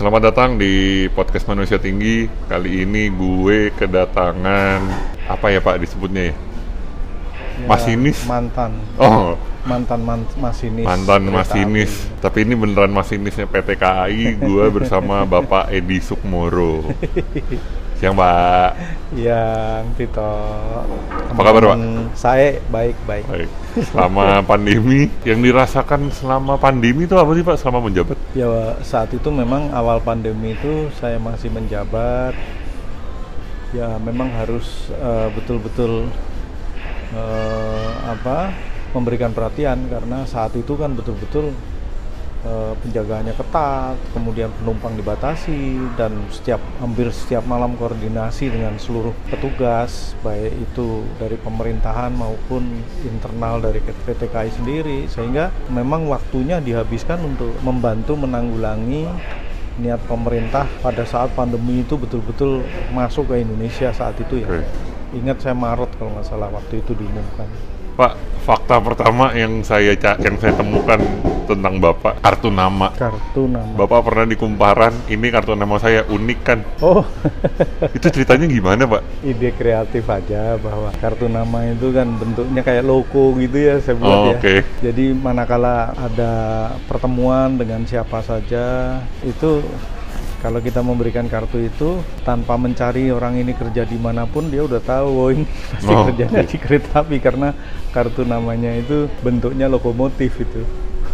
Selamat datang di podcast Manusia Tinggi. Kali ini gue kedatangan apa ya Pak disebutnya ya? Masinis? Mantan. Oh, Masinis. mantan masinis. Tapi ini beneran masinisnya PT KAI. Gue bersama Bapak Edi Sukmoro. Siang Pak. Yang Tito. Apa kabar Pak? Saya baik. Baik. Selama pandemi, yang dirasakan selama pandemi itu apa sih Pak selama menjabat? Ya saat itu memang awal pandemi itu saya masih menjabat. Ya memang harus betul-betul memberikan perhatian karena saat itu kan betul-betul penjagaannya ketat, kemudian penumpang dibatasi dan hampir setiap malam koordinasi dengan seluruh petugas baik itu dari pemerintahan maupun internal dari PT KAI sendiri, sehingga memang waktunya dihabiskan untuk membantu menanggulangi niat pemerintah pada saat pandemi itu betul-betul masuk ke Indonesia saat itu ya. Ingat saya Maret kalau nggak salah waktu itu diumumkan. Pak, fakta pertama yang saya temukan tentang Bapak, kartu nama. Kartu nama. Bapak pernah di Kumparan, ini kartu nama saya unik kan? Oh, itu ceritanya gimana Pak? Ide kreatif aja bahwa kartu nama itu kan bentuknya kayak logo gitu ya saya buat ya. Okay. Jadi manakala ada pertemuan dengan siapa saja itu, kalau kita memberikan kartu itu tanpa mencari orang ini kerja dimanapun, dia udah tahu oh ini pasti kerjanya di kereta api karena kartu namanya itu bentuknya lokomotif itu.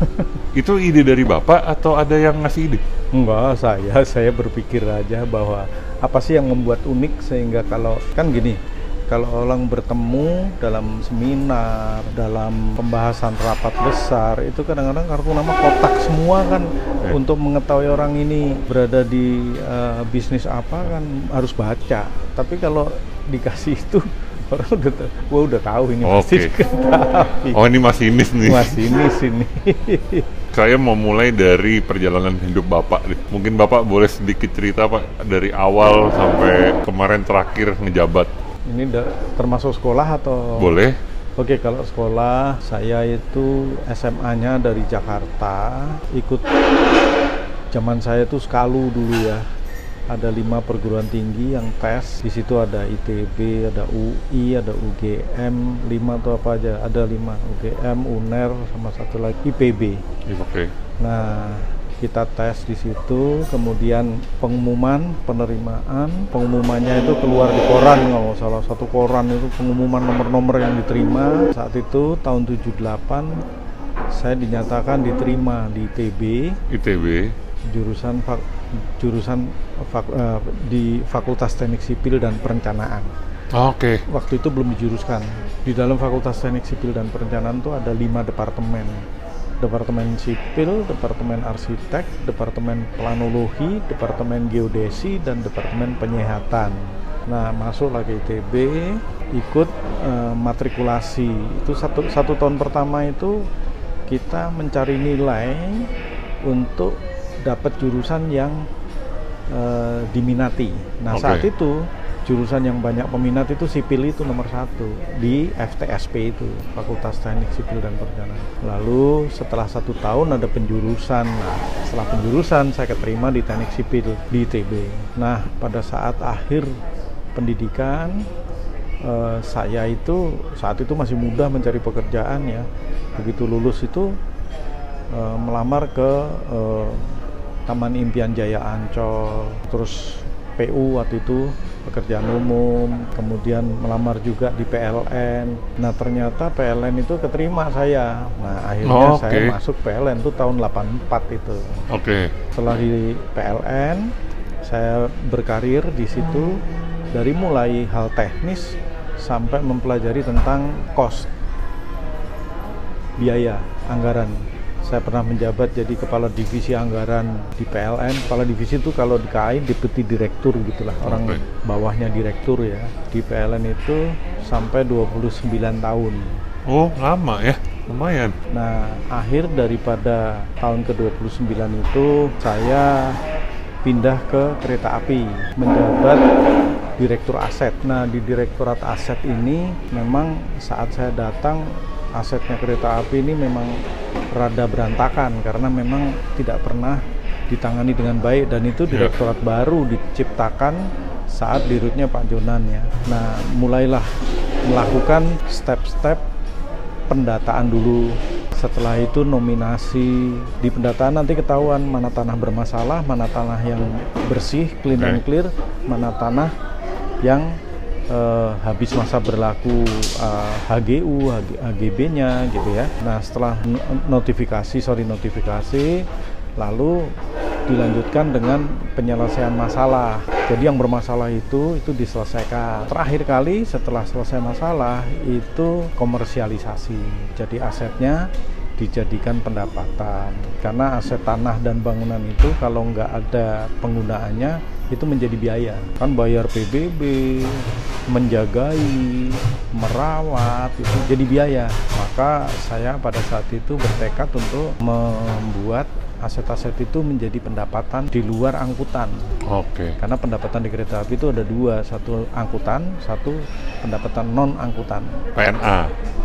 Itu ide dari Bapak atau ada yang ngasih ide? Enggak, saya berpikir aja bahwa apa sih yang membuat unik sehingga kalau kan gini, kalau orang bertemu dalam seminar, dalam pembahasan rapat besar, itu kadang-kadang kartu nama kotak semua kan. Untuk mengetahui orang ini berada di bisnis apa kan harus baca. Tapi kalau dikasih itu, orang udah tahu ini pasti kereta api. Oh ini masinis nih. Masinis ini. Saya mau mulai dari perjalanan hidup Bapak. Mungkin Bapak boleh sedikit cerita Pak, dari awal sampai kemarin terakhir ngejabat. Ini termasuk sekolah atau? Boleh. Oke, kalau sekolah saya itu SMA-nya dari Jakarta. Ikut zaman saya itu Skalu dulu ya. Ada 5 perguruan tinggi yang tes. Di situ ada ITB, ada UI, ada UGM, 5 atau apa aja. Ada 5, UGM, UNER, sama satu lagi IPB. Oke. Nah, kita tes di situ, kemudian pengumumannya itu keluar di koran, kalau salah satu koran itu pengumuman nomor-nomor yang diterima. Saat itu tahun 78 saya dinyatakan diterima di ITB. Jurusan di Fakultas Teknik Sipil dan Perencanaan. Oke. Waktu itu belum dijuruskan. Di dalam Fakultas Teknik Sipil dan Perencanaan itu ada 5 departemen. Departemen Sipil, Departemen Arsitek, Departemen Planologi, Departemen Geodesi, dan Departemen Penyihatan. Nah, masuk lagi ITB, ikut matrikulasi. Itu satu tahun pertama itu kita mencari nilai untuk dapat jurusan yang diminati. Nah, saat itu jurusan yang banyak peminat itu sipil itu nomor 1 di FTSP itu, Fakultas Teknik Sipil dan Perencanaan. Lalu setelah 1 tahun ada penjurusan. Nah, setelah penjurusan saya keterima di Teknik Sipil di ITB. Nah, pada saat akhir pendidikan saya itu saat itu masih muda mencari pekerjaan ya. Begitu lulus itu melamar ke Taman Impian Jaya Ancol, terus PU waktu itu pekerjaan umum, kemudian melamar juga di PLN. Nah ternyata PLN itu keterima saya. Nah akhirnya saya masuk PLN itu tahun 84 itu. Setelah di PLN saya berkarir di situ dari mulai hal teknis sampai mempelajari tentang cost, biaya, anggaran. Saya pernah menjabat jadi kepala divisi anggaran di PLN. Kepala divisi itu kalau di KAI deputi direktur gitulah, orang bawahnya direktur ya. Di PLN itu sampai 29 tahun. Oh, lama ya? Lumayan. Nah, akhir daripada tahun ke-29 itu saya pindah ke kereta api, menjabat direktur aset. Nah, di direktorat aset ini memang saat saya datang asetnya kereta api ini memang rada berantakan karena memang tidak pernah ditangani dengan baik, dan itu direktorat baru diciptakan saat dirutnya Pak Jonan ya. Nah, mulailah melakukan step-step pendataan dulu. Setelah itu nominasi. Di pendataan nanti ketahuan mana tanah bermasalah, mana tanah yang bersih, clean and clear, mana tanah yang habis masa berlaku HGU, HGB-nya gitu ya. Nah, setelah notifikasi, lalu dilanjutkan dengan penyelesaian masalah. Jadi yang bermasalah itu diselesaikan. Terakhir kali setelah selesai masalah itu komersialisasi. Jadi asetnya dijadikan pendapatan. Karena aset tanah dan bangunan itu kalau nggak ada penggunaannya itu menjadi biaya. Kan bayar PBB, menjagai, merawat, itu jadi biaya. Maka saya pada saat itu bertekad untuk membuat aset-aset itu menjadi pendapatan di luar angkutan. Oke. Karena pendapatan di kereta api itu ada dua, satu angkutan, satu pendapatan non angkutan. PNA.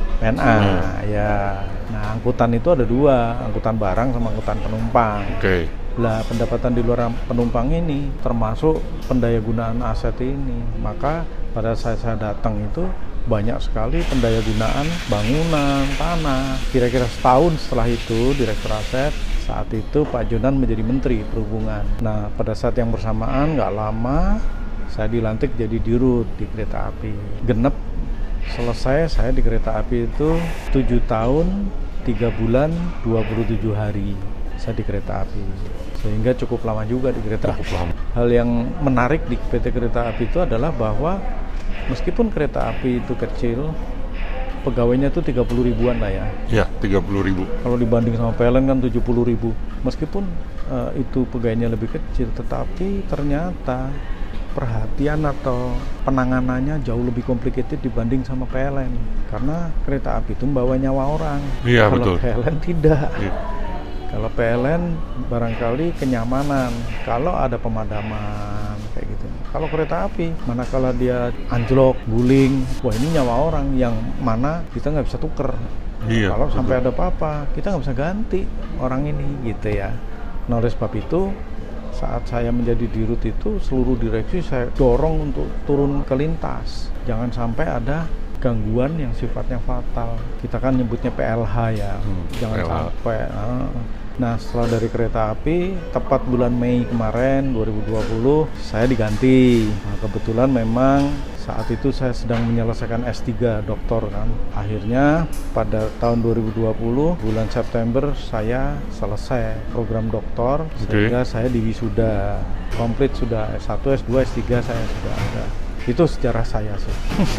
Ya. Nah, angkutan itu ada dua, angkutan barang sama angkutan penumpang. Oke. Lah, pendapatan di luar penumpang ini termasuk pendayagunaan aset ini. Maka pada saat saya datang itu banyak sekali pendayagunaan bangunan, tanah. Kira-kira setahun setelah itu Direktur Aset, saat itu Pak Jonan menjadi Menteri Perhubungan. Nah, pada saat yang bersamaan nggak lama saya dilantik jadi dirut di kereta api. Genep selesai saya di kereta api itu 7 tahun 3 bulan 27 hari saya di kereta api, sehingga cukup lama juga di kereta api. Hal yang menarik di PT Kereta Api itu adalah bahwa meskipun kereta api itu kecil, pegawainya itu 30 ribuan lah ya. Ya, 30 ribu. Kalau dibanding sama PLN kan 70 ribu. Meskipun itu pegawainya lebih kecil, tetapi ternyata perhatian atau penanganannya jauh lebih complicated dibanding sama PLN. Karena kereta api itu membawa nyawa orang. Iya, kalau betul. PLN tidak. Iya. Kalau PLN barangkali kenyamanan, kalau ada pemadaman kayak gitu. Kalau kereta api, manakala dia anjlok, guling, wah ini nyawa orang yang mana kita nggak bisa tuker. Iya, Kalau betul. sampai ada apa-apa, kita nggak bisa ganti orang ini gitu ya. Nah, oleh sebab itu, saat saya menjadi dirut itu, seluruh direksi saya dorong untuk turun ke lintas. Jangan sampai ada gangguan yang sifatnya fatal. Kita kan nyebutnya PLH ya. Jangan PLH. sampai. Nah, setelah dari kereta api, tepat bulan Mei kemarin 2020, saya diganti. Nah, kebetulan memang saat itu saya sedang menyelesaikan S3 doktor kan. Akhirnya pada tahun 2020 bulan September saya selesai program doktor, sehingga saya diwisuda. Komplit sudah S1, S2, S3 saya sudah ada. Itu sejarah saya sih.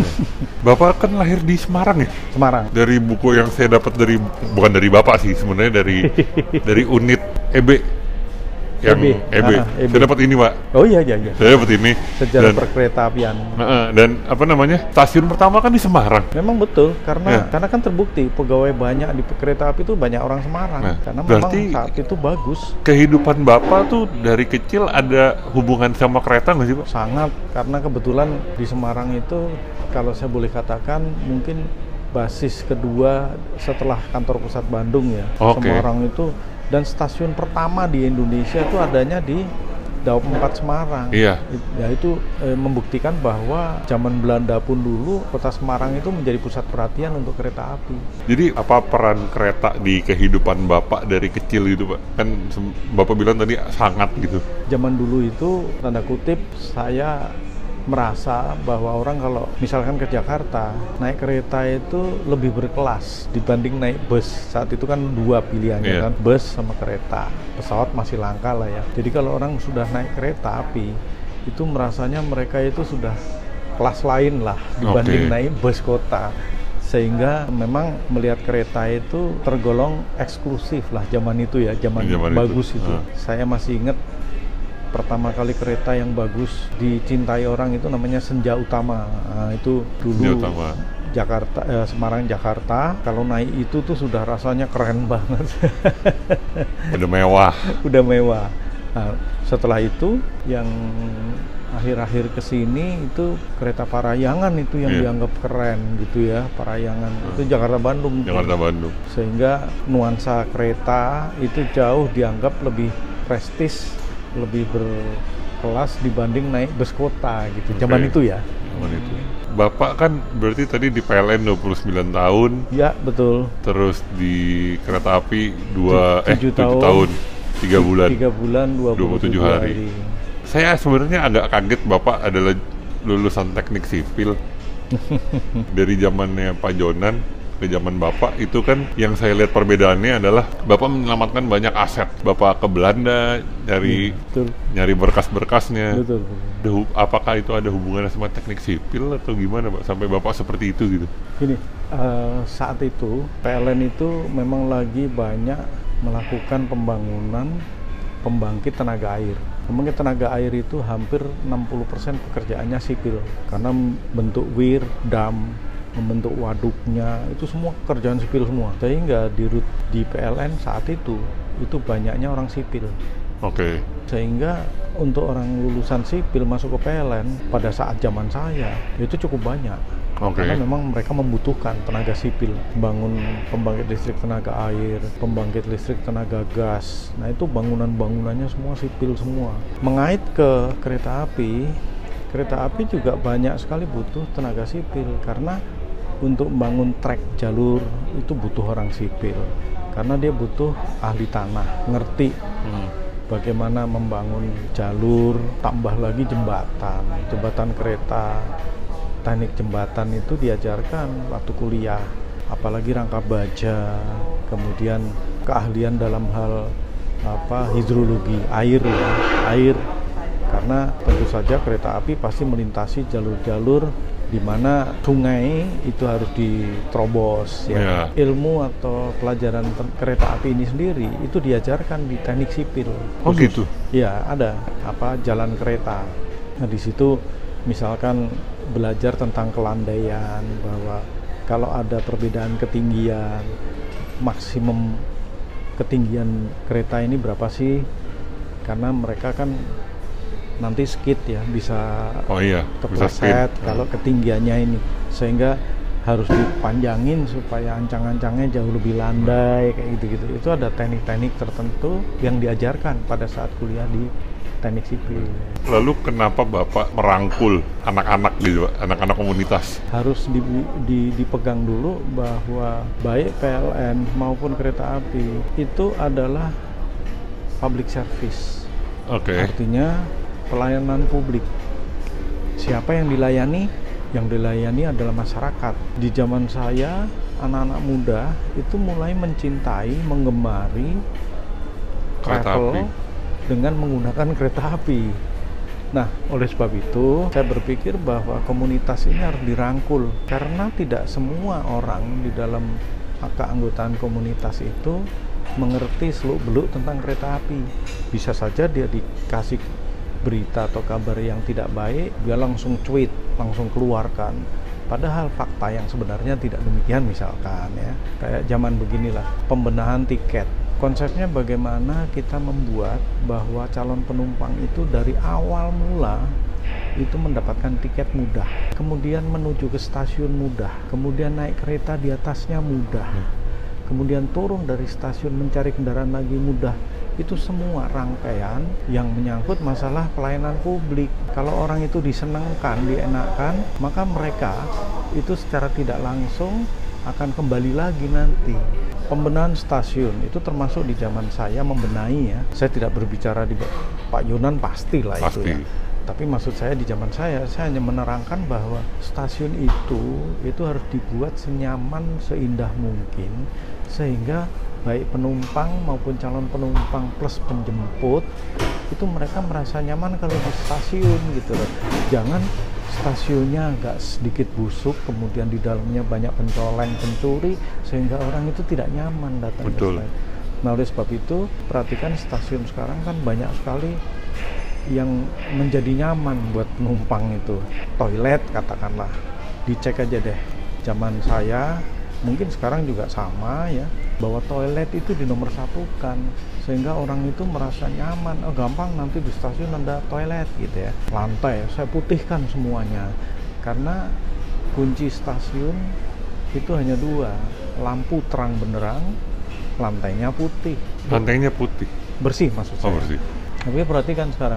Bapak kan lahir di Semarang ya? Semarang. Dari buku yang saya dapat bukan dari Bapak sih sebenarnya, dari unit EB. Yang EB. EB. Saya dapat ini, Pak. Oh iya. Saya dapat ini. Sejarah perkeretaapian. Dan apa namanya? Stasiun pertama kan di Semarang. Memang betul, karena kan terbukti pegawai banyak di kereta api itu banyak orang Semarang. Karena memang saat itu bagus. Kehidupan Bapak tuh dari kecil ada hubungan sama kereta nggak sih, Pak? Sangat, karena kebetulan di Semarang itu kalau saya boleh katakan mungkin basis kedua setelah kantor pusat Bandung ya. Oke. Semarang itu, dan stasiun pertama di Indonesia itu adanya di Daup 4 Semarang. Iya. Ya itu membuktikan bahwa zaman Belanda pun dulu kota Semarang itu menjadi pusat perhatian untuk kereta api. Jadi apa peran kereta di kehidupan Bapak dari kecil gitu, Pak? Kan Bapak bilang tadi sangat gitu. Zaman dulu itu tanda kutip saya merasa bahwa orang kalau misalkan ke Jakarta naik kereta itu lebih berkelas dibanding naik bus. Saat itu kan dua pilihannya kan, bus sama kereta. Pesawat masih langka lah ya. Jadi kalau orang sudah naik kereta api itu merasanya mereka itu sudah kelas lain lah dibanding naik bus kota. Sehingga memang melihat kereta itu tergolong eksklusif lah zaman itu ya, zaman bagus itu. Saya masih ingat pertama kali kereta yang bagus dicintai orang itu namanya Senja Utama. Nah, itu dulu Jakarta, Semarang Jakarta. Kalau naik itu tuh sudah rasanya keren banget. Udah mewah. Udah mewah. Nah, setelah itu yang akhir-akhir kesini itu kereta Parayangan itu yang dianggap keren gitu ya. Parayangan itu Jakarta Bandung. Jakarta Bandung. Sehingga nuansa kereta itu jauh dianggap lebih prestis, lebih berkelas dibanding naik bus kota gitu. Oke. Zaman itu ya. Zaman itu. Bapak kan berarti tadi di PLN 29 tahun, Ya, betul. terus di kereta api 7 7 tahun, 3 bulan, 3 bulan 27 hari. Saya sebenarnya agak kaget Bapak adalah lulusan teknik sipil. Dari zamannya Pak Jonan ke zaman Bapak itu kan yang saya lihat perbedaannya adalah Bapak menyelamatkan banyak aset. Bapak ke Belanda Betul. nyari berkas-berkasnya. Betul. Apakah itu ada hubungannya sama teknik sipil atau gimana Pak sampai Bapak seperti itu gitu? Gini, saat itu PLN itu memang lagi banyak melakukan pembangunan pembangkit tenaga air. Pembangkit tenaga air itu hampir 60% pekerjaannya sipil karena bentuk wir, dam, membentuk waduknya itu semua pekerjaan sipil semua. Sehingga di PLN saat itu banyaknya orang sipil. Oke. Sehingga untuk orang lulusan sipil masuk ke PLN pada saat zaman saya itu cukup banyak. Oke. Karena memang mereka membutuhkan tenaga sipil, bangun pembangkit listrik tenaga air, pembangkit listrik tenaga gas. Nah itu bangunan-bangunannya semua sipil semua. Mengait ke kereta api juga banyak sekali butuh tenaga sipil karena untuk membangun trek jalur itu butuh orang sipil. Karena dia butuh ahli tanah, ngerti bagaimana membangun jalur, tambah lagi jembatan kereta. Teknik jembatan itu diajarkan waktu kuliah, apalagi rangka baja, kemudian keahlian dalam hal hidrologi air, karena tentu saja kereta api pasti melintasi jalur-jalur di mana sungai itu harus diterobos ya. Ilmu atau pelajaran kereta api ini sendiri itu diajarkan di teknik sipil. Oh gitu? Ya, ada jalan kereta. Nah di situ misalkan belajar tentang kelandaian, bahwa kalau ada perbedaan ketinggian, maksimum ketinggian kereta ini berapa sih? Karena mereka kan nanti skid ya, bisa kepleset kalau ketinggiannya ini, sehingga harus dipanjangin supaya ancang-ancangnya jauh lebih landai kayak gitu-gitu. Itu ada teknik-teknik tertentu yang diajarkan pada saat kuliah di teknik sipil. Lalu kenapa Bapak merangkul anak-anak gitu, anak-anak komunitas? Harus dipegang dulu bahwa baik PLN maupun kereta api itu adalah public service. Oke. Artinya pelayanan publik. Siapa yang dilayani? Yang dilayani adalah masyarakat. Di zaman saya, anak-anak muda itu mulai mencintai, menggemari travel dengan menggunakan kereta api. Nah, oleh sebab itu, saya berpikir bahwa komunitas ini harus dirangkul karena tidak semua orang di dalam keanggotaan komunitas itu mengerti seluk-beluk tentang kereta api. Bisa saja dia dikasih berita atau kabar yang tidak baik, dia langsung tweet, langsung keluarkan. Padahal fakta yang sebenarnya tidak demikian, misalkan ya. Kayak zaman beginilah, pembenahan tiket. Konsepnya bagaimana kita membuat bahwa calon penumpang itu dari awal mula itu mendapatkan tiket mudah, kemudian menuju ke stasiun mudah, kemudian naik kereta di atasnya mudah, kemudian turun dari stasiun mencari kendaraan lagi mudah. Itu semua rangkaian yang menyangkut masalah pelayanan publik. Kalau orang itu disenangkan, dienakkan, maka mereka itu secara tidak langsung akan kembali lagi nanti. Pembenahan stasiun itu termasuk di zaman saya membenahi ya. Saya tidak berbicara di Pak Yonan pastilah itu ya. Tapi maksud saya di zaman saya hanya menerangkan bahwa stasiun itu harus dibuat senyaman, seindah mungkin, sehingga baik penumpang maupun calon penumpang plus penjemput itu mereka merasa nyaman kalau di stasiun gitu loh. Jangan stasiunnya agak sedikit busuk, kemudian di dalamnya banyak pencoleng, pencuri, sehingga orang itu tidak nyaman datang ke stasiun. Nah, oleh sebab itu, perhatikan stasiun sekarang kan banyak sekali yang menjadi nyaman buat penumpang itu. Toilet katakanlah, dicek aja deh. Zaman saya, mungkin sekarang juga sama ya, bahwa toilet itu dinomorsatukan sehingga orang itu merasa nyaman. Oh, gampang nanti di stasiun ada toilet gitu ya. Lantai saya putihkan semuanya karena kunci stasiun itu hanya dua, lampu terang benderang, lantainya putih. Lantainya putih. bersih maksud Oh saya. bersih. Tapi perhatikan sekarang,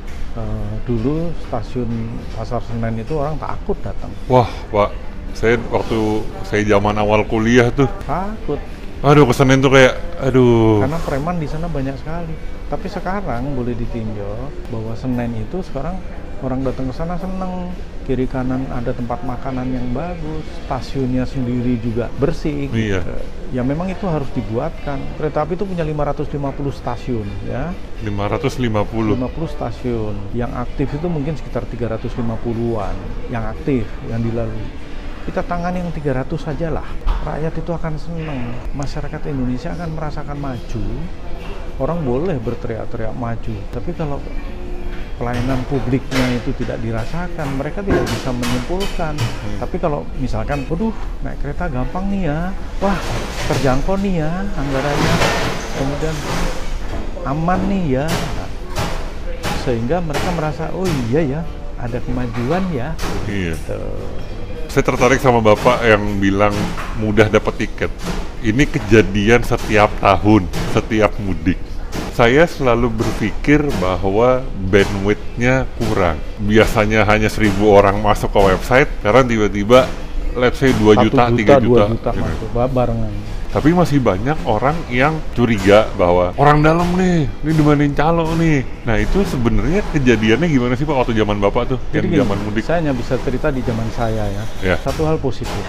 dulu stasiun Pasar Senen itu orang takut datang, Wah Pak, saya waktu saya zaman awal kuliah tuh, takut aduh ke Senen tuh kayak, aduh. karena preman di sana banyak sekali. Tapi sekarang boleh ditinjau bahwa Senen itu sekarang orang datang ke sana seneng, kiri kanan ada tempat makanan yang bagus, stasiunnya sendiri juga bersih. Iya. Ya memang itu harus dibuatkan. Kereta api itu punya 550 stasiun ya. 550. 50 stasiun. Yang aktif itu mungkin sekitar 350-an yang aktif, yang dilalui. Kita tangani yang 300 saja lah. Rakyat itu akan senang. Masyarakat Indonesia akan merasakan maju. Orang boleh berteriak-teriak maju. Tapi kalau pelayanan publiknya itu tidak dirasakan, mereka tidak bisa menyimpulkan. Tapi kalau misalkan, waduh, naik kereta gampang nih ya, wah, terjangkau nih ya anggarannya, kemudian aman nih ya, nah, sehingga mereka merasa, oh iya ya, ada kemajuan ya. Iya. Gitu. Saya tertarik sama Bapak yang bilang mudah dapat tiket. Ini kejadian setiap tahun, setiap mudik. Saya selalu berpikir bahwa bandwidth-nya kurang. Biasanya hanya 1.000 orang masuk ke website, sekarang tiba-tiba let's say 2 juta, 3 juta. 2 juta gitu. masuk barengan. Tapi masih banyak orang yang curiga bahwa orang dalam nih, ini dibanding calo nih. Nah itu sebenarnya kejadiannya gimana sih Pak waktu zaman Bapak tuh, Jadi yang gini, zaman mudik? saya hanya bisa cerita di zaman saya ya. Ya. Satu hal positif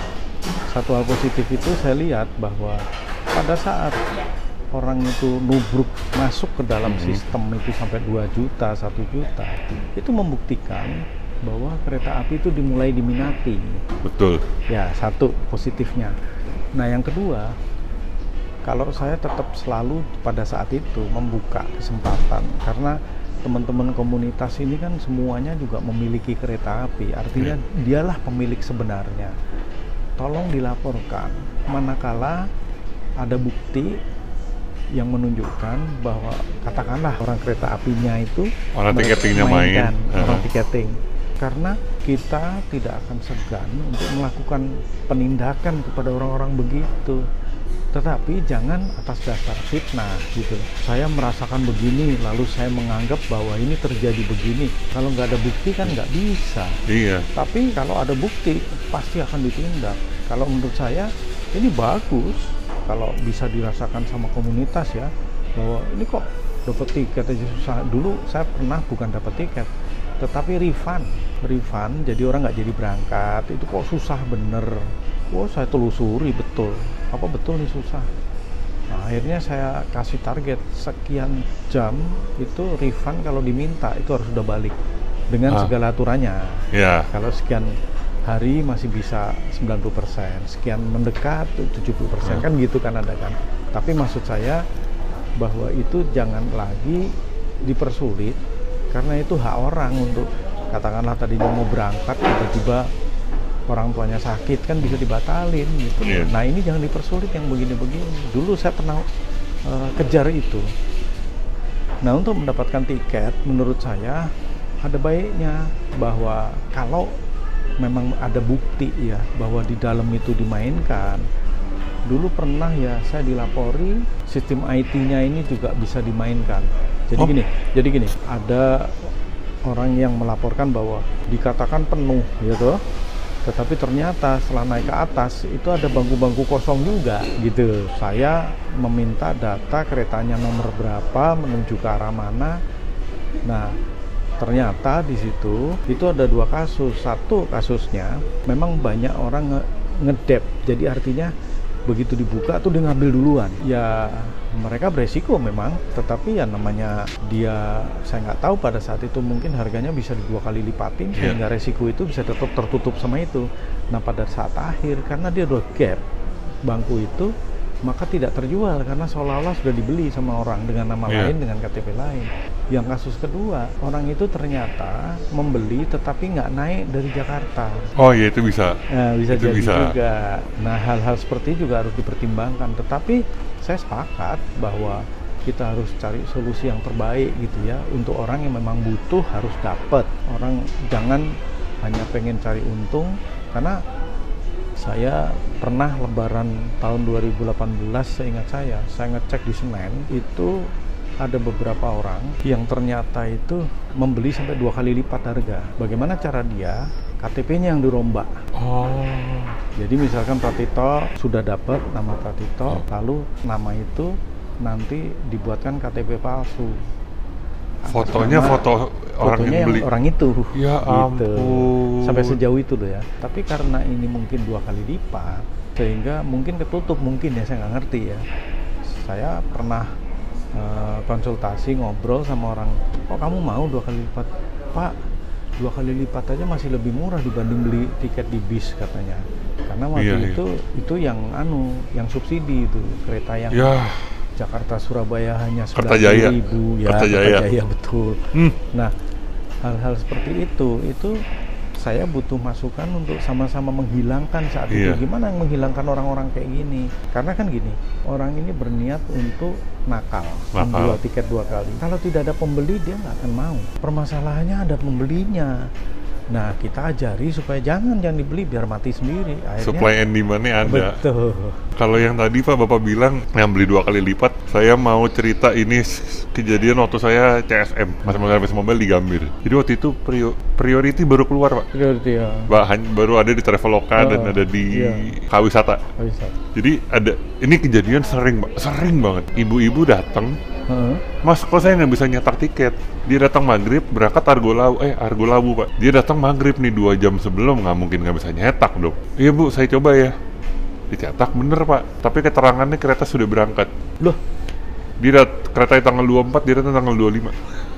itu saya lihat bahwa pada saat orang itu nubruk masuk ke dalam sistem itu sampai 2 juta, 1 juta, itu membuktikan bahwa kereta api itu dimulai diminati. Betul. Ya, satu positifnya. Nah, yang kedua, kalau saya tetap selalu pada saat itu membuka kesempatan, karena teman-teman komunitas ini kan semuanya juga memiliki kereta api, artinya dialah pemilik sebenarnya. Tolong dilaporkan manakala ada bukti yang menunjukkan bahwa katakanlah orang kereta apinya itu Orang tiketingnya mainkan, main. orang tiketing. Karena kita tidak akan segan untuk melakukan penindakan kepada orang-orang begitu. Tetapi jangan atas dasar fitnah gitu. Saya merasakan begini, lalu saya menganggap bahwa ini terjadi begini. Kalau nggak ada bukti kan nggak bisa. Iya. Tapi kalau ada bukti, pasti akan ditindak. Kalau menurut saya, ini bagus. Kalau bisa dirasakan sama komunitas ya, bahwa ini kok dapat tiket aja susah. Dulu saya pernah bukan dapat tiket, tetapi refund, jadi orang nggak jadi berangkat. Itu kok susah bener. Wah, saya telusuri betul. Apa betul nih susah? Nah, akhirnya saya kasih target sekian jam itu refund, kalau diminta itu harus udah balik dengan segala aturannya. Ya. Kalau sekian hari masih bisa 90%, sekian mendekat 70%, kan gitu kan ada kan. Tapi maksud saya bahwa itu jangan lagi dipersulit, karena itu hak orang untuk, katakanlah tadinya mau berangkat tiba-tiba orang tuanya sakit, kan bisa dibatalin gitu. Nah ini jangan dipersulit yang begini-begini. Dulu saya pernah kejar itu. Nah untuk mendapatkan tiket, menurut saya ada baiknya bahwa kalau memang ada bukti ya bahwa di dalam itu dimainkan. Dulu pernah ya saya dilapori sistem IT-nya ini juga bisa dimainkan. Jadi gini, ada orang yang melaporkan bahwa dikatakan penuh gitu. Tetapi ternyata setelah naik ke atas itu ada bangku-bangku kosong juga gitu. Saya meminta data keretanya nomor berapa, menuju ke arah mana. Nah, ternyata di situ itu ada 2 kasus. Satu kasusnya memang banyak orang ngedep. Jadi artinya begitu dibuka tuh dia ngambil duluan. Ya mereka beresiko memang, tetapi ya namanya dia, saya nggak tahu pada saat itu mungkin harganya bisa 2 kali lipatin, sehingga resiko itu bisa tetap tertutup sama itu. Nah pada saat akhir karena dia udah gap bangku itu, maka tidak terjual karena seolah-olah sudah dibeli sama orang dengan nama lain, dengan KTP lain. Yang kasus kedua, orang itu ternyata membeli tetapi nggak naik dari Jakarta. Oh iya itu bisa. Nah, bisa itu jadi bisa. juga. Nah hal-hal seperti itu juga harus dipertimbangkan. Tetapi saya sepakat bahwa kita harus cari solusi yang terbaik gitu ya. Untuk orang yang memang butuh harus dapat. Orang jangan hanya pengen cari untung, karena saya pernah lebaran tahun 2018 seingat saya ngecek di Senen itu ada beberapa orang yang ternyata itu membeli sampai 2 kali lipat harga. Bagaimana cara dia? KTP-nya yang dirombak. Oh. Jadi misalkan Pratito sudah dapat nama Pratito, lalu nama itu nanti dibuatkan KTP palsu. Fotonya foto orang fotonya yang beli. orang itu. Ya ampun. Sampai sejauh itu loh ya. Tapi karena ini mungkin 2 kali lipat, sehingga mungkin ketutup, mungkin ya, saya nggak ngerti ya. Saya pernah konsultasi, ngobrol sama orang, kok kamu mau 2 kali lipat? Pak, 2 kali lipat aja masih lebih murah dibanding beli tiket di bis katanya. Karena waktu itu yang yang subsidi itu, kereta yang Jakarta Surabaya hanya 90.000 ya, Kertajaya betul. Nah, hal-hal seperti itu saya butuh masukan untuk sama-sama menghilangkan saat itu. Gimana menghilangkan orang-orang kayak gini? Karena kan gini, orang ini berniat untuk nakal. Menjual tiket 2 kali. Kalau tidak ada pembeli, dia nggak akan mau. Permasalahannya ada pembelinya. Nah, kita ajari supaya jangan dibeli biar mati sendiri. Akhirnya, supply and demand-nya ada. Betul. Kalau yang tadi Pak Bapak bilang yang beli 2 kali lipat, saya mau cerita ini kejadian waktu saya CSM, Mas Mobile di Gambir. Jadi waktu itu Priority baru keluar Pak. Priority ya. Baru ada di Traveloka dan ada di Kawisata. Jadi ada, ini kejadian sering banget. Ibu-ibu datang, Mas, kok saya nggak bisa nyetak tiket? Dia datang maghrib, berangkat Argo Lawu Pak. Dia datang maghrib nih 2 jam sebelum, nggak mungkin nggak bisa nyetak dong. Iya Bu, saya coba ya. Dicetak bener Pak, tapi keterangannya kereta sudah berangkat. Loh? Dia kereta tanggal 24, dia datang tanggal 25.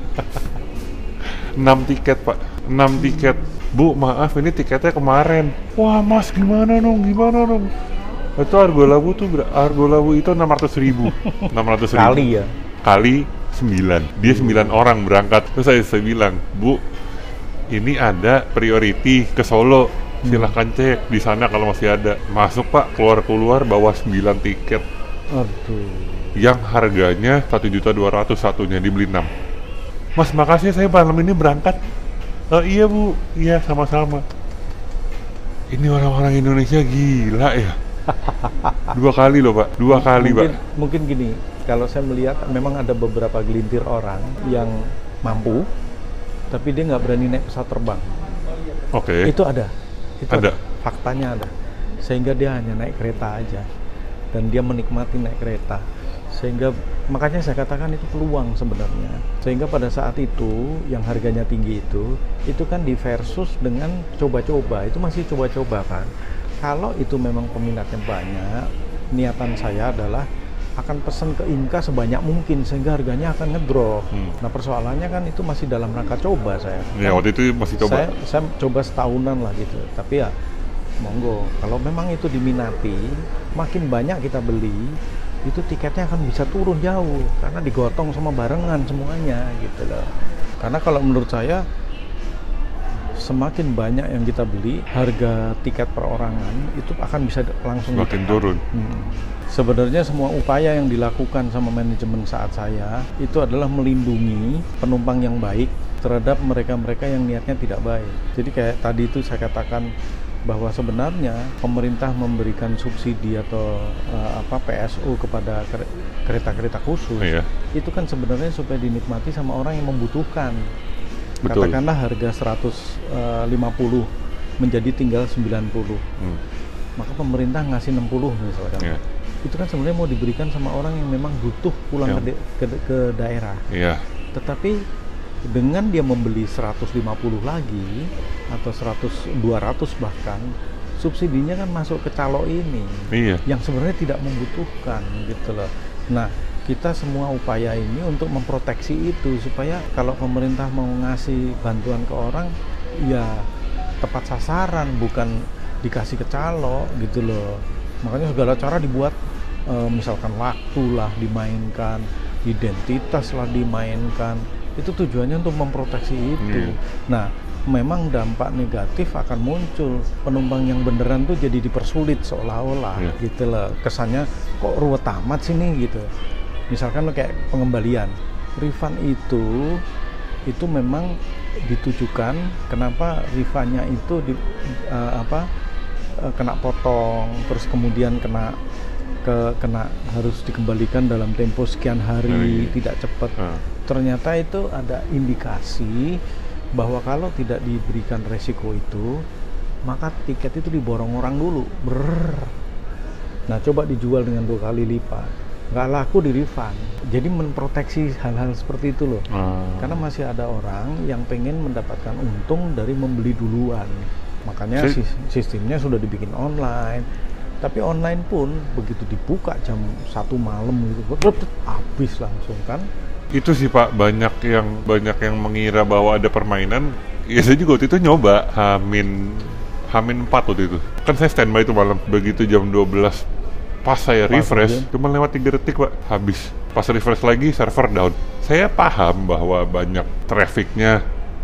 6 tiket Pak, 6 tiket. Bu, maaf ini tiketnya kemarin. Wah Mas, gimana dong? Itu Argo Lawu itu 600.000. 600.000 kali ya? Kali 9. Dia 9 orang berangkat. Terus saya bilang, Bu, ini ada Priority ke Solo. Silahkan cek di sana kalau masih ada. Masuk Pak, keluar bawa 9 tiket. Aduh. Yang harganya 1.200.000 satunya, dibeli 6. Mas, makasih saya malam ini berangkat. Iya Bu, iya sama-sama. Ini orang-orang Indonesia gila ya. 2 kali loh Pak, 2 kali Pak. Mungkin gini, kalau saya melihat memang ada beberapa gelintir orang yang mampu, tapi dia nggak berani naik pesawat terbang. Oke. Itu ada. Ada. Faktanya ada. Sehingga dia hanya naik kereta aja, dan dia menikmati naik kereta. Sehingga makanya saya katakan itu peluang sebenarnya. Sehingga pada saat itu yang harganya tinggi itu kan di versus dengan coba-coba, itu masih coba-coba kan. Kalau itu memang peminatnya banyak, niatan saya adalah akan pesan ke Inka sebanyak mungkin sehingga harganya akan ngedrop. Nah persoalannya kan itu masih dalam rangka coba saya. Ya waktu itu masih coba. Saya coba setahunan lah gitu. Tapi ya monggo, kalau memang itu diminati, makin banyak kita beli, itu tiketnya akan bisa turun jauh karena digotong sama barengan semuanya gitu loh. Karena kalau menurut saya semakin banyak yang kita beli, harga tiket perorangan itu akan bisa langsung makin turun. Sebenarnya semua upaya yang dilakukan sama manajemen saat saya itu adalah melindungi penumpang yang baik terhadap mereka-mereka yang niatnya tidak baik. Jadi kayak tadi itu saya katakan bahwa sebenarnya pemerintah memberikan subsidi atau PSO kepada kereta-kereta khusus, itu kan sebenarnya supaya dinikmati sama orang yang membutuhkan. Betul. Katakanlah harga 150 menjadi tinggal 90, maka pemerintah ngasih 60 misalkan. Itu kan sebenarnya mau diberikan sama orang yang memang butuh pulang ke daerah. Tetapi dengan dia membeli 150 lagi atau 200 bahkan, subsidinya kan masuk ke calo ini yang sebenarnya tidak membutuhkan gitu loh. Nah, kita semua upaya ini untuk memproteksi itu supaya kalau pemerintah mau ngasih bantuan ke orang ya tepat sasaran, bukan dikasih ke calo gitu loh. Makanya segala cara dibuat, misalkan waktu lah dimainkan, identitas lah dimainkan, itu tujuannya untuk memproteksi itu. Nah, memang dampak negatif akan muncul, penumpang yang beneran tuh jadi dipersulit seolah-olah gitu loh. Kesannya kok ruwet amat sih nih gitu. Misalkan kayak pengembalian, refund itu memang ditujukan, kenapa refundnya itu kena potong, terus kemudian kena kena harus dikembalikan dalam tempo sekian hari, tidak cepat. Ternyata itu ada indikasi bahwa kalau tidak diberikan resiko itu, maka tiket itu diborong orang dulu. Nah, coba dijual dengan 2 kali lipat, nggak laku di refund. Jadi memproteksi hal-hal seperti itu loh. Karena masih ada orang yang pengen mendapatkan untung dari membeli duluan. Makanya sistemnya sudah dibikin online. Tapi online pun begitu dibuka jam 1 malam gitu, habis langsung kan. Itu sih Pak, banyak yang mengira bahwa ada permainan. Ya saya juga waktu itu nyoba Hamin 4 waktu itu. Kan saya standby itu malam. Begitu jam 12 pas saya refresh, cuma lewat 3 detik Pak, habis. Pas refresh lagi server down. Saya paham bahwa banyak trafficnya.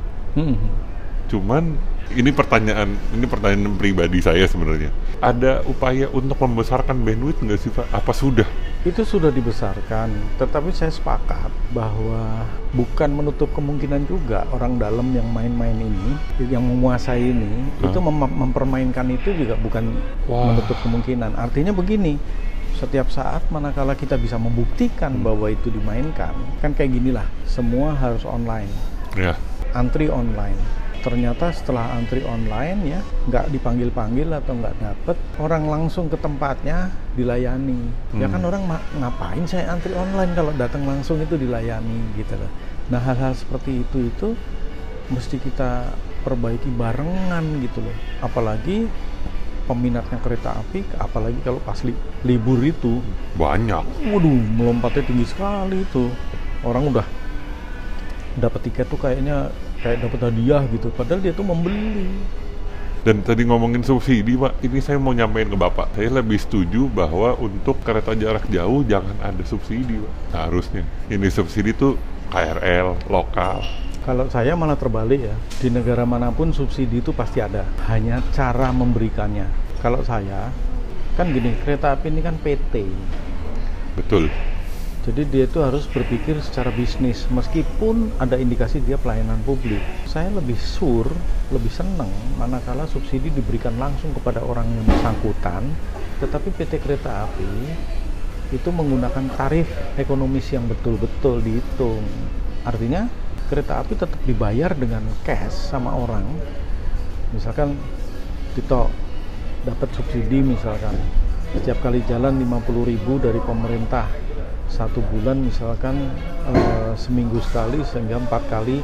Cuman ini pertanyaan pribadi saya sebenarnya. Ada upaya untuk membesarkan bandwidth nggak sih Pak? Apa sudah? Itu sudah dibesarkan, tetapi saya sepakat bahwa bukan menutup kemungkinan juga orang dalam yang main-main ini, yang menguasai ini, itu mempermainkan itu juga bukan menutup kemungkinan. Artinya begini, setiap saat manakala kita bisa membuktikan bahwa itu dimainkan, kan kayak ginilah, semua harus online, antri online. Ternyata setelah antri online ya, nggak dipanggil-panggil atau nggak dapet, orang langsung ke tempatnya dilayani. Ya kan orang ngapain saya antri online kalau datang langsung itu dilayani gitu loh. Nah, hal-hal seperti itu mesti kita perbaiki barengan gitu loh. Apalagi peminatnya kereta api, apalagi kalau pas libur itu banyak. Waduh, melompatnya tinggi sekali itu. Orang udah dapat tiket tuh kayak dapat hadiah gitu, padahal dia tuh membeli. Dan tadi ngomongin subsidi Pak, ini saya mau nyampein ke Bapak, saya lebih setuju bahwa untuk kereta jarak jauh jangan ada subsidi Pak, harusnya. Ini subsidi tuh KRL, lokal. Kalau saya malah terbalik ya, di negara manapun subsidi itu pasti ada, hanya cara memberikannya. Kalau saya, kan gini, kereta api ini kan PT. Betul. Jadi dia itu harus berpikir secara bisnis, meskipun ada indikasi dia pelayanan publik. Saya lebih senang manakala subsidi diberikan langsung kepada orang yang bersangkutan, tetapi PT Kereta Api itu menggunakan tarif ekonomis yang betul-betul dihitung. Artinya kereta api tetap dibayar dengan cash sama orang. Misalkan Tito dapat subsidi misalkan, setiap kali jalan 50.000 dari pemerintah. 1 bulan misalkan seminggu sekali, sehingga 4 kali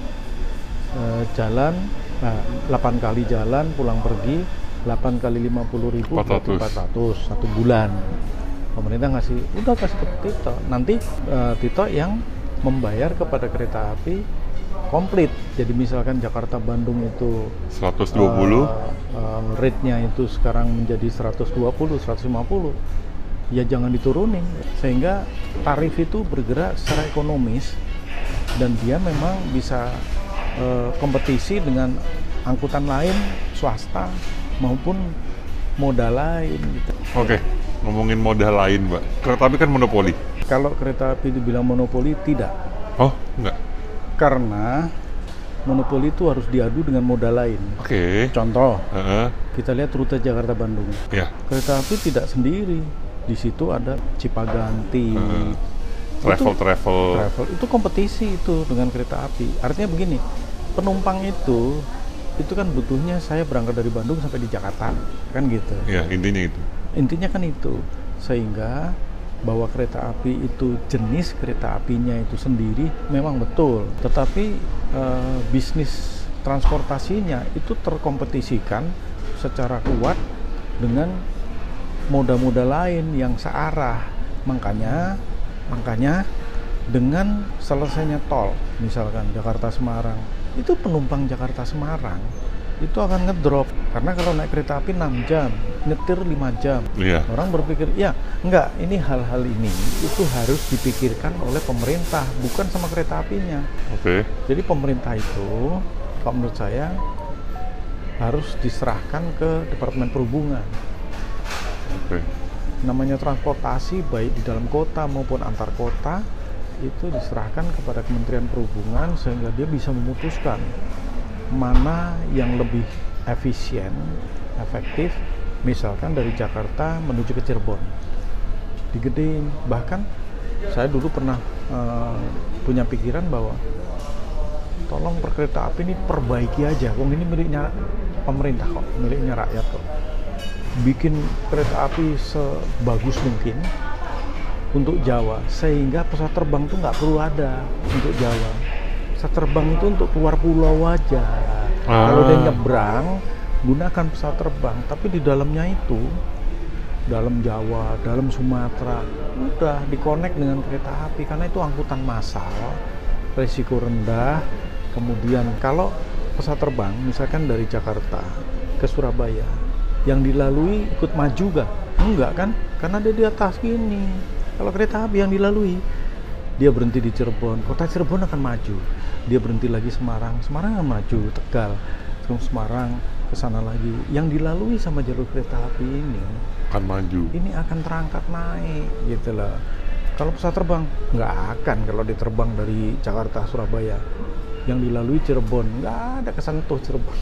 jalan, 8 kali jalan pulang pergi, 8 kali 50.000 400 1 bulan. Pemerintah kasih ke Tito, nanti Tito yang membayar kepada kereta api komplit. Jadi misalkan Jakarta Bandung itu 120, rate-nya itu sekarang menjadi 120 150, ya jangan diturunin, sehingga tarif itu bergerak secara ekonomis dan dia memang bisa kompetisi dengan angkutan lain, swasta maupun moda lain gitu. Oke, ngomongin moda lain Mbak, kereta api kan monopoli. Kalau kereta api dibilang monopoli, tidak. Oh, enggak? Karena monopoli itu harus diadu dengan moda lain. Contoh, kita lihat rute Jakarta Bandung. Kereta api tidak sendiri. Di situ ada Cipaganti, travel itu kompetisi itu dengan kereta api. Artinya begini, penumpang itu kan butuhnya saya berangkat dari Bandung sampai di Jakarta, kan gitu. Ya, intinya kan itu. Sehingga bahwa kereta api itu jenis kereta apinya itu sendiri memang betul, tetapi bisnis transportasinya itu terkompetisikan secara kuat dengan moda-moda lain yang searah. Makanya dengan selesainya tol, misalkan Jakarta Semarang, itu penumpang Jakarta Semarang itu akan ngedrop, karena kalau naik kereta api 6 jam, nyetir 5 jam. Orang berpikir, ya enggak, ini hal-hal ini itu harus dipikirkan oleh pemerintah, bukan sama kereta apinya. Jadi pemerintah itu, kalau menurut saya, harus diserahkan ke Departemen Perhubungan. Namanya transportasi baik di dalam kota maupun antar kota itu diserahkan kepada Kementerian Perhubungan, sehingga dia bisa memutuskan mana yang lebih efisien, efektif. Misalkan dari Jakarta menuju ke Cirebon, digedein. Bahkan saya dulu pernah punya pikiran bahwa tolong kereta api ini perbaiki aja, wong ini miliknya pemerintah kok, miliknya rakyat kok. Bikin kereta api sebagus mungkin untuk Jawa, sehingga pesawat terbang tuh nggak perlu ada untuk Jawa. Pesawat terbang itu untuk keluar pulau aja. Kalau dia nyebrang, gunakan pesawat terbang. Tapi di dalamnya itu, dalam Jawa, dalam Sumatera, udah dikonek dengan kereta api karena itu angkutan massal, resiko rendah. Kemudian kalau pesawat terbang, misalkan dari Jakarta ke Surabaya, yang dilalui ikut maju gak? Enggak kan? Karena dia di atas gini. Kalau kereta api yang dilalui, dia berhenti di Cirebon, kota Cirebon akan maju. Dia berhenti lagi Semarang, Semarang akan maju, Tegal, terus Semarang ke sana lagi. Yang dilalui sama jalur kereta api ini akan maju. Ini akan terangkat naik gitu loh. Kalau pesawat terbang nggak akan, kalau diterbang dari Jakarta Surabaya, yang dilalui Cirebon, nggak ada kesentuh Cirebon.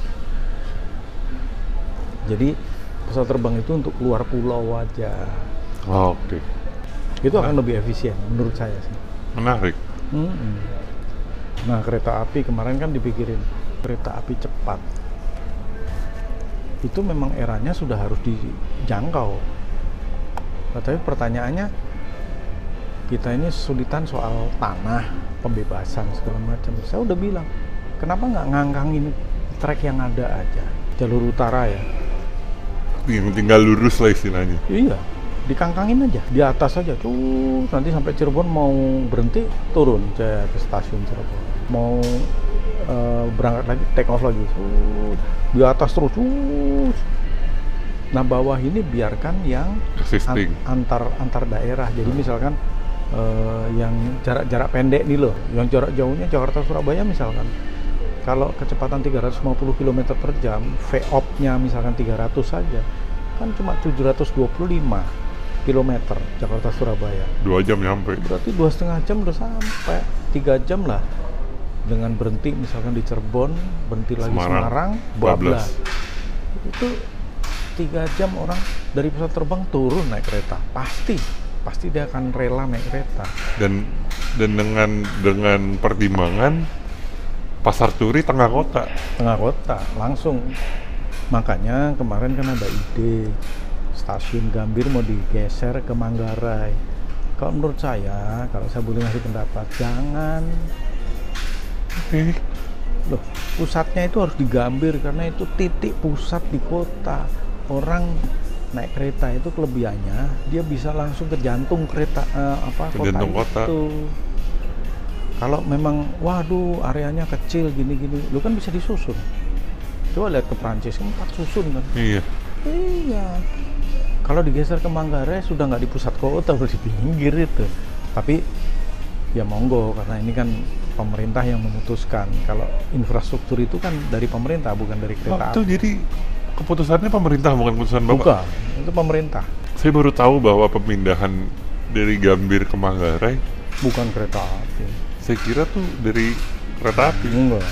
Jadi pesawat terbang itu untuk keluar pulau aja. Oke. Itu akan lebih efisien menurut saya sih. Menarik. Nah, kereta api kemarin kan dipikirin kereta api cepat. Itu memang eranya sudah harus dijangkau. Tapi pertanyaannya, kita ini kesulitan soal tanah, pembebasan segala macam. Saya udah bilang, kenapa nggak ngangkangin trek yang ada aja, jalur utara ya. Yang tinggal lurus lah istilahnya. Iya, dikangkangin aja, di atas aja. Nanti sampai Cirebon mau berhenti, turun ke stasiun Cirebon. Mau berangkat lagi, take off lagi. Di atas terus. Nah, bawah ini biarkan yang antar daerah. Jadi misalkan yang jarak pendek nih loh, yang jarak jauhnya Jakarta Surabaya misalkan. Kalau kecepatan 350 km per jam, VOP-nya misalkan 300 saja, kan cuma 725 km Jakarta Surabaya. 2 jam nyampe. Berarti 2,5 jam udah sampai, 3 jam lah. Dengan berhenti misalkan di Cirebon, berhenti lagi Semarang, bablas. Itu 3 jam orang dari pesawat terbang turun naik kereta. Pasti dia akan rela naik kereta. Dan dengan pertimbangan Pasar Turi tengah kota langsung. Makanya kemarin kan ada ide stasiun Gambir mau digeser ke Manggarai. Kalau menurut saya, kalau saya boleh ngasih pendapat, jangan. Loh, pusatnya itu harus di Gambir karena itu titik pusat di kota. Orang naik kereta itu kelebihannya dia bisa langsung ke jantung kereta kota itu. Kalau memang waduh areanya kecil gini-gini, lu kan bisa disusun. Coba lihat ke Prancis, 4 susun kan. Iya. Kalau digeser ke Manggarai sudah nggak di pusat kota, udah di pinggir itu. Tapi ya monggo, karena ini kan pemerintah yang memutuskan. Kalau infrastruktur itu kan dari pemerintah, bukan dari kereta api. Itu jadi keputusannya pemerintah, bukan keputusan Bapak? Bukan, itu pemerintah. Saya baru tahu bahwa pemindahan dari Gambir ke Manggarai bukan kereta api. Saya kira tuh dari kereta api. Enggak.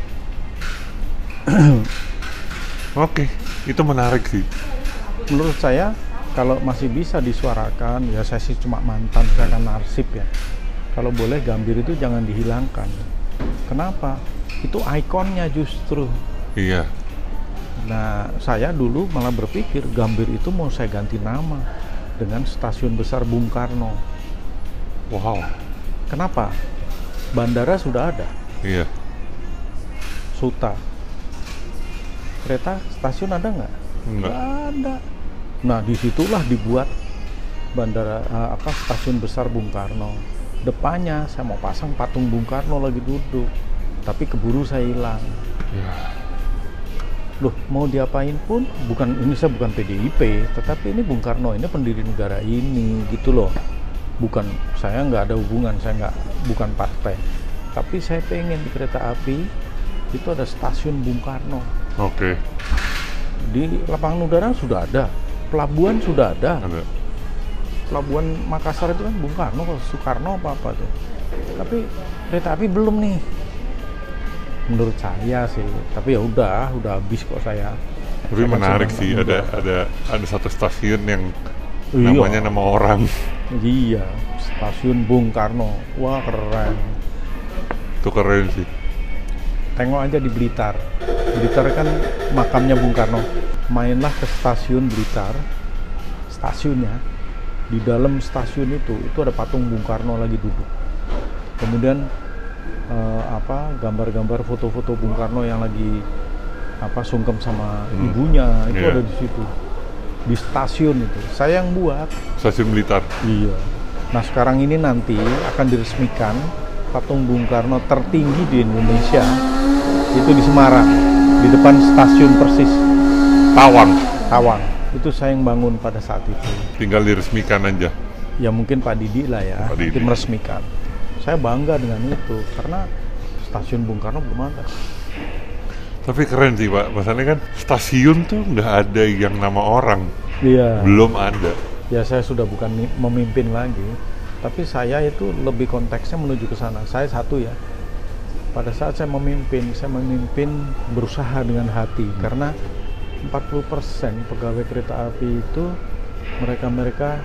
Oke, itu menarik sih. Menurut saya kalau masih bisa disuarakan, ya saya sih cuma mantan, saya kan narsip ya. Kalau boleh Gambir itu jangan dihilangkan. Kenapa? Itu ikonnya justru. Iya. Nah, saya dulu malah berpikir Gambir itu mau saya ganti nama dengan Stasiun Besar Bung Karno. Wow. Kenapa? Bandara sudah ada. Iya. Suta. Kereta stasiun ada nggak? Nggak ada. Nah, disitulah dibuat bandara Stasiun Besar Bung Karno. Depannya saya mau pasang patung Bung Karno lagi duduk, tapi keburu saya hilang. Ya. Loh, mau diapain pun saya bukan PDIP, tetapi ini Bung Karno, ini pendiri negara ini gitu loh. Saya nggak ada hubungan, bukan partai, tapi saya pengen di kereta api itu ada stasiun Bung Karno. Oke. Di lapangan udara sudah ada, pelabuhan sudah ada. Pelabuhan Makassar itu kan Bung Karno, Soekarno apa tuh. Tapi kereta api belum nih. Menurut saya sih, tapi ya udah habis kok saya. Tapi menarik sih, ada satu stasiun yang namanya nama orang. Iya, stasiun Bung Karno. Wah, keren. Itu keren sih. Tengok aja di Blitar. Blitar kan makamnya Bung Karno. Mainlah ke stasiun Blitar. Stasiunnya. Di dalam stasiun itu ada patung Bung Karno lagi duduk. Kemudian gambar-gambar foto-foto Bung Karno yang lagi sungkem sama ibunya itu ada di situ. Di stasiun itu. Saya yang buat. Stasiun Blitar. Iya. Nah, sekarang ini nanti akan diresmikan patung Bung Karno tertinggi di Indonesia. Itu di Semarang, di depan stasiun persis. Tawang. Itu saya yang bangun pada saat itu. Tinggal diresmikan aja. Ya mungkin Pak Didi lah ya, Pak Didi. nanti meresmikan. Saya bangga dengan itu karena stasiun Bung Karno belum ada. Tapi keren sih Pak, masalahnya kan stasiun tuh nggak ada yang nama orang. Iya. Belum ada. Ya saya sudah bukan memimpin lagi, tapi saya itu lebih konteksnya menuju ke sana. Saya satu ya, pada saat saya memimpin berusaha dengan hati, karena 40% pegawai kereta api itu mereka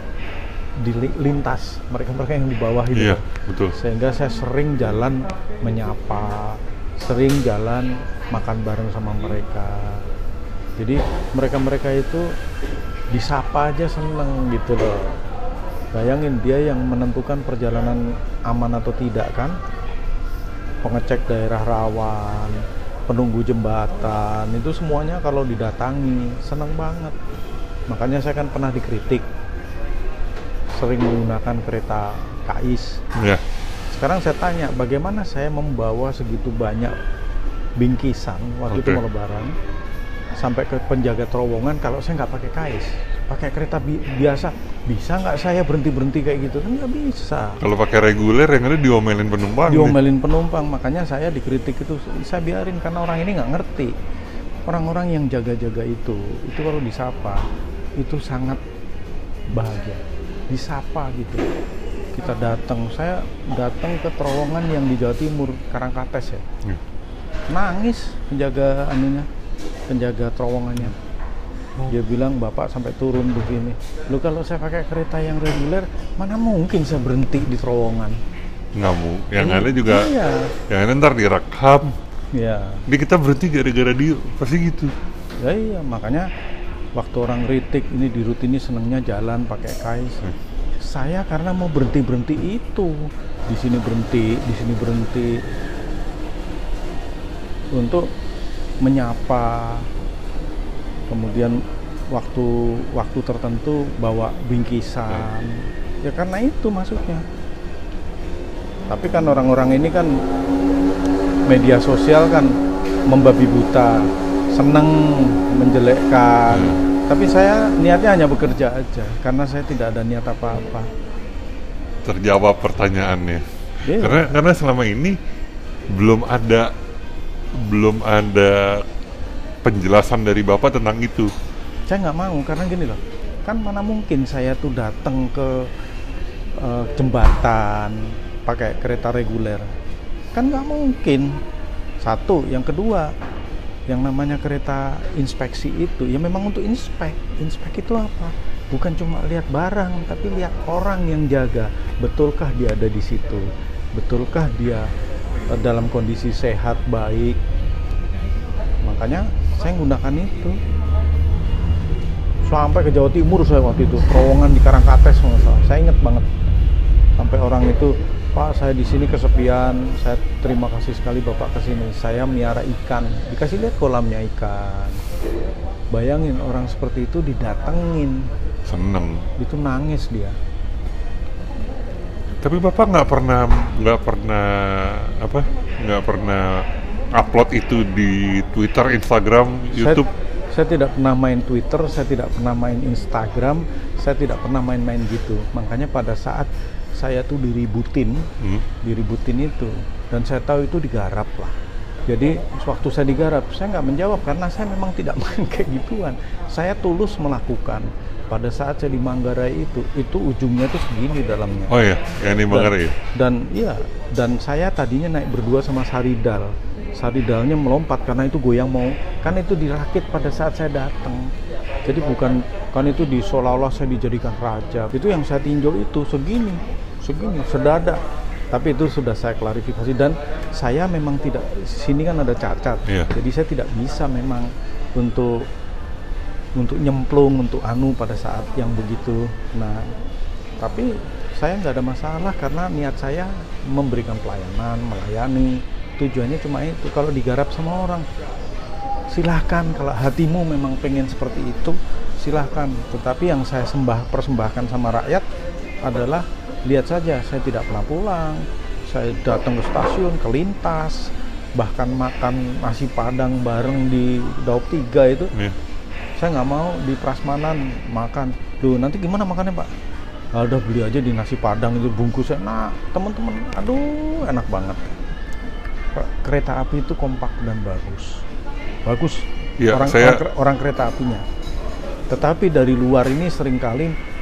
lintas, mereka yang di bawah itu. Iya, betul. Sehingga saya sering jalan menyapa, sering jalan makan bareng sama mereka. Jadi mereka itu disapa aja seneng gitu loh. Bayangin dia yang menentukan perjalanan aman atau tidak kan, pengecek daerah rawan, penunggu jembatan, itu semuanya kalau didatangi seneng banget. Makanya saya kan pernah dikritik sering menggunakan kereta KAIS. Ya. Sekarang saya tanya, bagaimana saya membawa segitu banyak bingkisan waktu itu mau lebaran sampai ke penjaga terowongan kalau saya nggak pakai KAIS, pakai kereta biasa, bisa nggak saya berhenti kayak gitu? Kan nggak bisa. Kalau pakai reguler yang ada diomelin penumpang. Penumpang, makanya saya dikritik itu, saya biarin karena orang ini nggak ngerti. Orang-orang yang jaga-jaga itu kalau disapa itu sangat bahagia, disapa gitu. Kita saya datang ke terowongan yang di Jawa Timur, Karangkates ya. Nangis penjaga terowongannya. Dia bilang, Bapak sampai turun begini. Lu kalau saya pakai kereta yang reguler, mana mungkin saya berhenti di terowongan? Nggak mau. Yang ada juga, iya. yang ada ntar direkam. Iya. Jadi kita berhenti gara-gara dia, pasti gitu. Ya iya, makanya waktu orang kritik ini di rute ini senengnya jalan pakai KAIS. Saya karena mau berhenti itu, di sini berhenti untuk menyapa, kemudian waktu tertentu bawa bingkisan, ya karena itu maksudnya. Tapi kan orang-orang ini kan media sosial kan membabi buta, seneng menjelekkan. Tapi saya niatnya hanya bekerja aja, karena saya tidak ada niat apa-apa. Terjawab pertanyaannya. Iya. Karena selama ini belum ada penjelasan dari Bapak tentang itu. Saya nggak mau, karena gini loh, kan mana mungkin saya tuh datang ke jembatan pakai kereta reguler, kan nggak mungkin. Satu, yang kedua, yang namanya kereta inspeksi itu ya memang untuk inspek itu apa? Bukan cuma lihat barang, tapi lihat orang yang jaga, betulkah dia ada di situ, betulkah dia dalam kondisi sehat, baik. Makanya saya menggunakan itu sampai ke Jawa Timur. Saya waktu itu terowongan di Karangkates, saya ingat banget, sampai orang itu, Pak, saya di sini kesepian, saya terima kasih sekali Bapak kesini, saya miara ikan, dikasih lihat kolamnya ikan. Bayangin orang seperti itu didatengin, seneng, itu nangis dia. Tapi Bapak nggak pernah upload itu di Twitter, Instagram, YouTube? Saya tidak pernah main Twitter, saya tidak pernah main Instagram, saya tidak pernah main-main gitu. Makanya pada saat saya tuh diributin itu, dan saya tahu itu digarap lah. Jadi waktu saya digarap, saya nggak menjawab karena saya memang tidak main kayak gituan. Saya tulus melakukan. Pada saat saya di Manggarai itu ujungnya tuh segini dalamnya. Oh iya, yang di Manggarai. Dan saya tadinya naik berdua sama Saridal. Saridalnya melompat karena itu goyang mau, kan itu dirakit pada saat saya datang. Jadi bukan kan itu di seolah-olah saya dijadikan raja. Itu yang saya tinjau itu segini, sedada. Tapi itu sudah saya klarifikasi dan saya memang tidak, sini kan ada cacat. Jadi saya tidak bisa memang untuk nyemplung, untuk pada saat yang begitu. Nah, tapi saya nggak ada masalah karena niat saya memberikan pelayanan, melayani. Tujuannya cuma itu. Kalau digarap sama orang, silahkan. Kalau hatimu memang pengen seperti itu, silahkan. Tetapi yang saya persembahkan sama rakyat adalah, lihat saja, saya tidak pernah pulang. Saya datang ke stasiun, ke lintas, bahkan makan nasi padang bareng di Daup 3 itu. Saya nggak mau di Prasmanan makan. Duh, nanti gimana makannya, Pak? Udah beli aja di nasi padang itu bungkusnya. Nah, teman-teman, aduh, enak banget. Kereta api itu kompak dan bagus ya, orang kereta apinya. Tetapi dari luar ini seringkali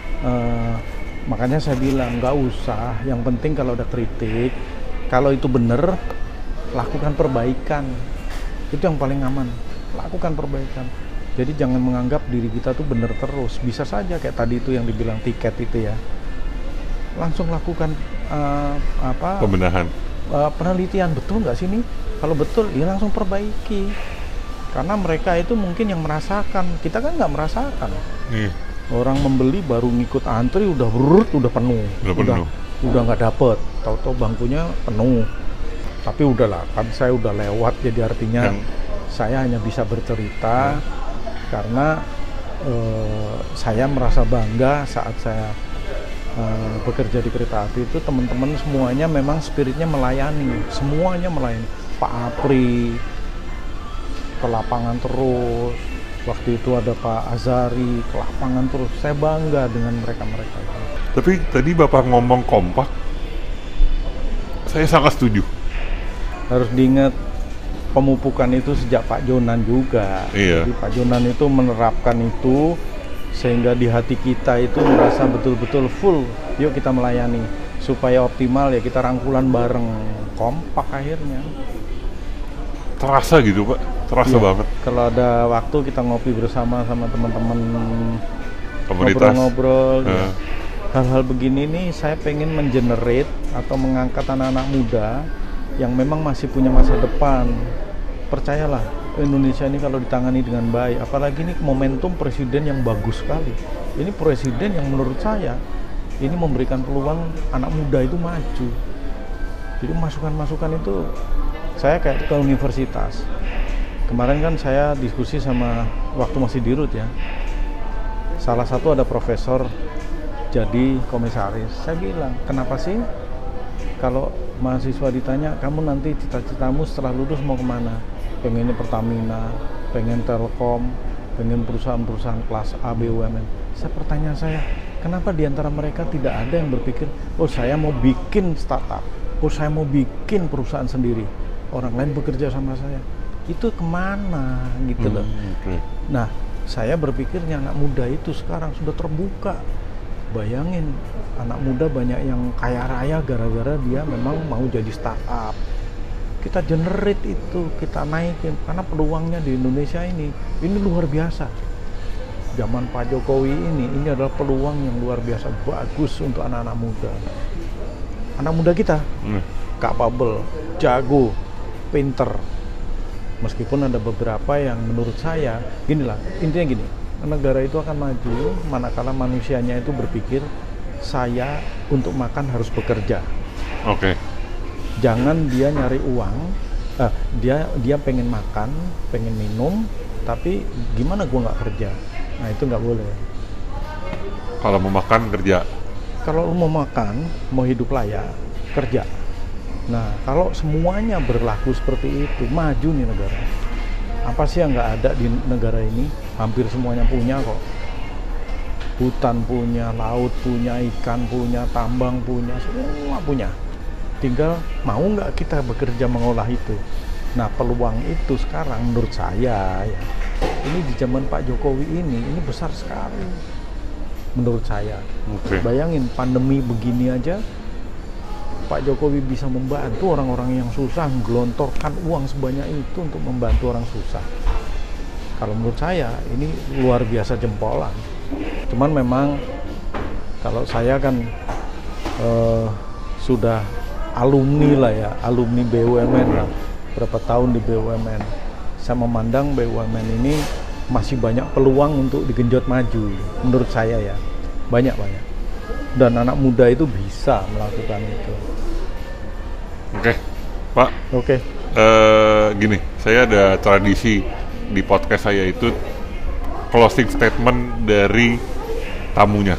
makanya saya bilang nggak usah, yang penting kalau ada kritik, kalau itu benar, lakukan perbaikan. Itu yang paling aman, lakukan perbaikan. Jadi jangan menganggap diri kita tuh benar terus. Bisa saja kayak tadi itu yang dibilang tiket itu ya, langsung lakukan pembenahan, penelitian, betul nggak sih ini? Kalau betul, ya langsung perbaiki. Karena mereka itu mungkin yang merasakan, kita kan nggak merasakan. Orang membeli baru ngikut antri udah penuh, udah nggak dapet, tahu-tahu bangkunya penuh. Tapi udahlah, kan saya udah lewat, jadi artinya saya hanya bisa bercerita karena saya merasa bangga saat saya bekerja di kereta api itu. Teman-teman semuanya memang spiritnya melayani, semuanya melayani. Pak Apri ke lapangan terus, waktu itu ada Pak Azari ke lapangan terus. Saya bangga dengan mereka-mereka itu. Tapi tadi Bapak ngomong kompak, saya sangat setuju. Harus diingat, pemupukan itu sejak Pak Jonan juga. Jadi Pak Jonan itu menerapkan itu sehingga di hati kita itu merasa betul-betul full, yuk kita melayani supaya optimal, ya kita rangkulan bareng, kompak akhirnya. Terasa gitu Pak, terasa banget. Kalau ada waktu kita ngopi bersama sama teman-teman komunitas, ngobrol-ngobrol. Hal-hal begini nih saya pengen mengenerate atau mengangkat anak-anak muda yang memang masih punya masa depan. Percayalah, Indonesia ini kalau ditangani dengan baik, apalagi ini momentum presiden yang bagus sekali. Ini presiden yang menurut saya ini memberikan peluang anak muda itu maju. Jadi masukan-masukan itu, saya kayak ke universitas. Kemarin kan saya diskusi sama, waktu masih di RUT ya, salah satu ada profesor jadi komisaris. Saya bilang, kenapa sih kalau mahasiswa ditanya, kamu nanti cita-citamu setelah lulus mau kemana? Pengennya Pertamina, pengen Telkom, pengen perusahaan-perusahaan kelas A, BUMN. Pertanyaan saya, kenapa di antara mereka tidak ada yang berpikir, oh saya mau bikin startup, oh saya mau bikin perusahaan sendiri, orang lain bekerja sama saya. Itu kemana gitu loh. Nah, saya berpikirnya anak muda itu sekarang sudah terbuka. Bayangin, anak muda banyak yang kaya raya gara-gara dia memang mau jadi startup. Kita generate itu, kita naikin, karena peluangnya di Indonesia ini luar biasa. Zaman Pak Jokowi ini adalah peluang yang luar biasa bagus untuk anak-anak muda. Anak muda kita capable, jago, pinter. Meskipun ada beberapa yang menurut saya, ginilah, intinya gini, negara itu akan maju manakala manusianya itu berpikir, saya untuk makan harus bekerja. Jangan dia nyari uang, dia pengen makan, pengen minum, tapi gimana gua nggak kerja? Nah itu nggak boleh. Kalau mau makan kerja. Kalau mau makan, mau hidup layak, kerja. Nah kalau semuanya berlaku seperti itu, maju nih negara. Apa sih yang nggak ada di negara ini? Hampir semuanya punya kok. Hutan punya, laut punya, ikan punya, tambang punya, semua punya. Tinggal mau nggak kita bekerja mengolah itu. Nah peluang itu sekarang menurut saya ya, ini di zaman Pak Jokowi ini besar sekali menurut saya. Bayangin pandemi begini aja Pak Jokowi bisa membantu orang-orang yang susah, menggelontorkan uang sebanyak itu untuk membantu orang susah. Kalau menurut saya ini luar biasa jempolan. Cuman memang kalau saya kan sudah alumni lah ya, alumni BUMN lah, berapa tahun di BUMN. Saya memandang BUMN ini masih banyak peluang untuk digenjot maju, menurut saya ya, banyak. Dan anak muda itu bisa melakukan itu. Oke, Pak. Oke. Gini, saya ada tradisi di podcast saya itu closing statement dari tamunya.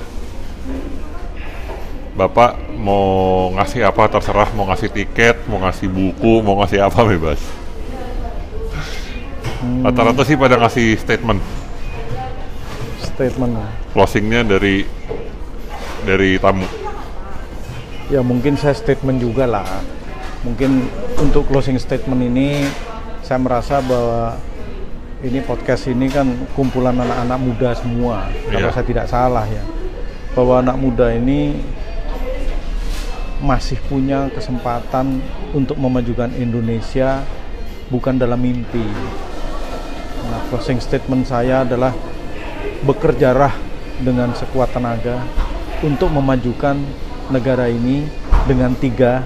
Bapak mau ngasih apa terserah, mau ngasih tiket, mau ngasih buku, mau ngasih apa bebas. Rata-rata sih pada ngasih statement. Statement. Closingnya dari tamu. Ya mungkin saya statement juga lah. Mungkin untuk closing statement ini saya merasa bahwa ini podcast ini kan kumpulan anak-anak muda semua. Kalau saya tidak salah ya, bahwa anak muda ini masih punya kesempatan untuk memajukan Indonesia bukan dalam mimpi. Nah, closing statement saya adalah bekerjalah dengan sekuat tenaga untuk memajukan negara ini dengan tiga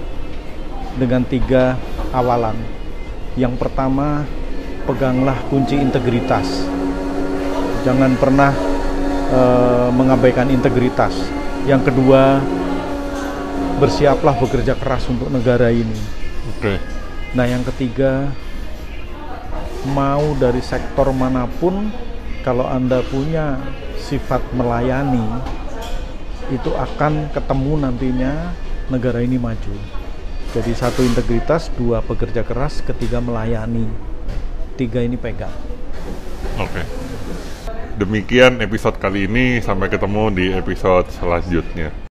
awalan. Yang pertama, peganglah kunci integritas. Jangan pernah mengabaikan integritas. Yang kedua, bersiaplah bekerja keras untuk negara ini. Oke. Nah, yang ketiga, mau dari sektor manapun, kalau Anda punya sifat melayani, itu akan ketemu nantinya negara ini maju. Jadi satu integritas, dua bekerja keras, ketiga melayani. Tiga ini pegang. Oke. Demikian episode kali ini, sampai ketemu di episode selanjutnya.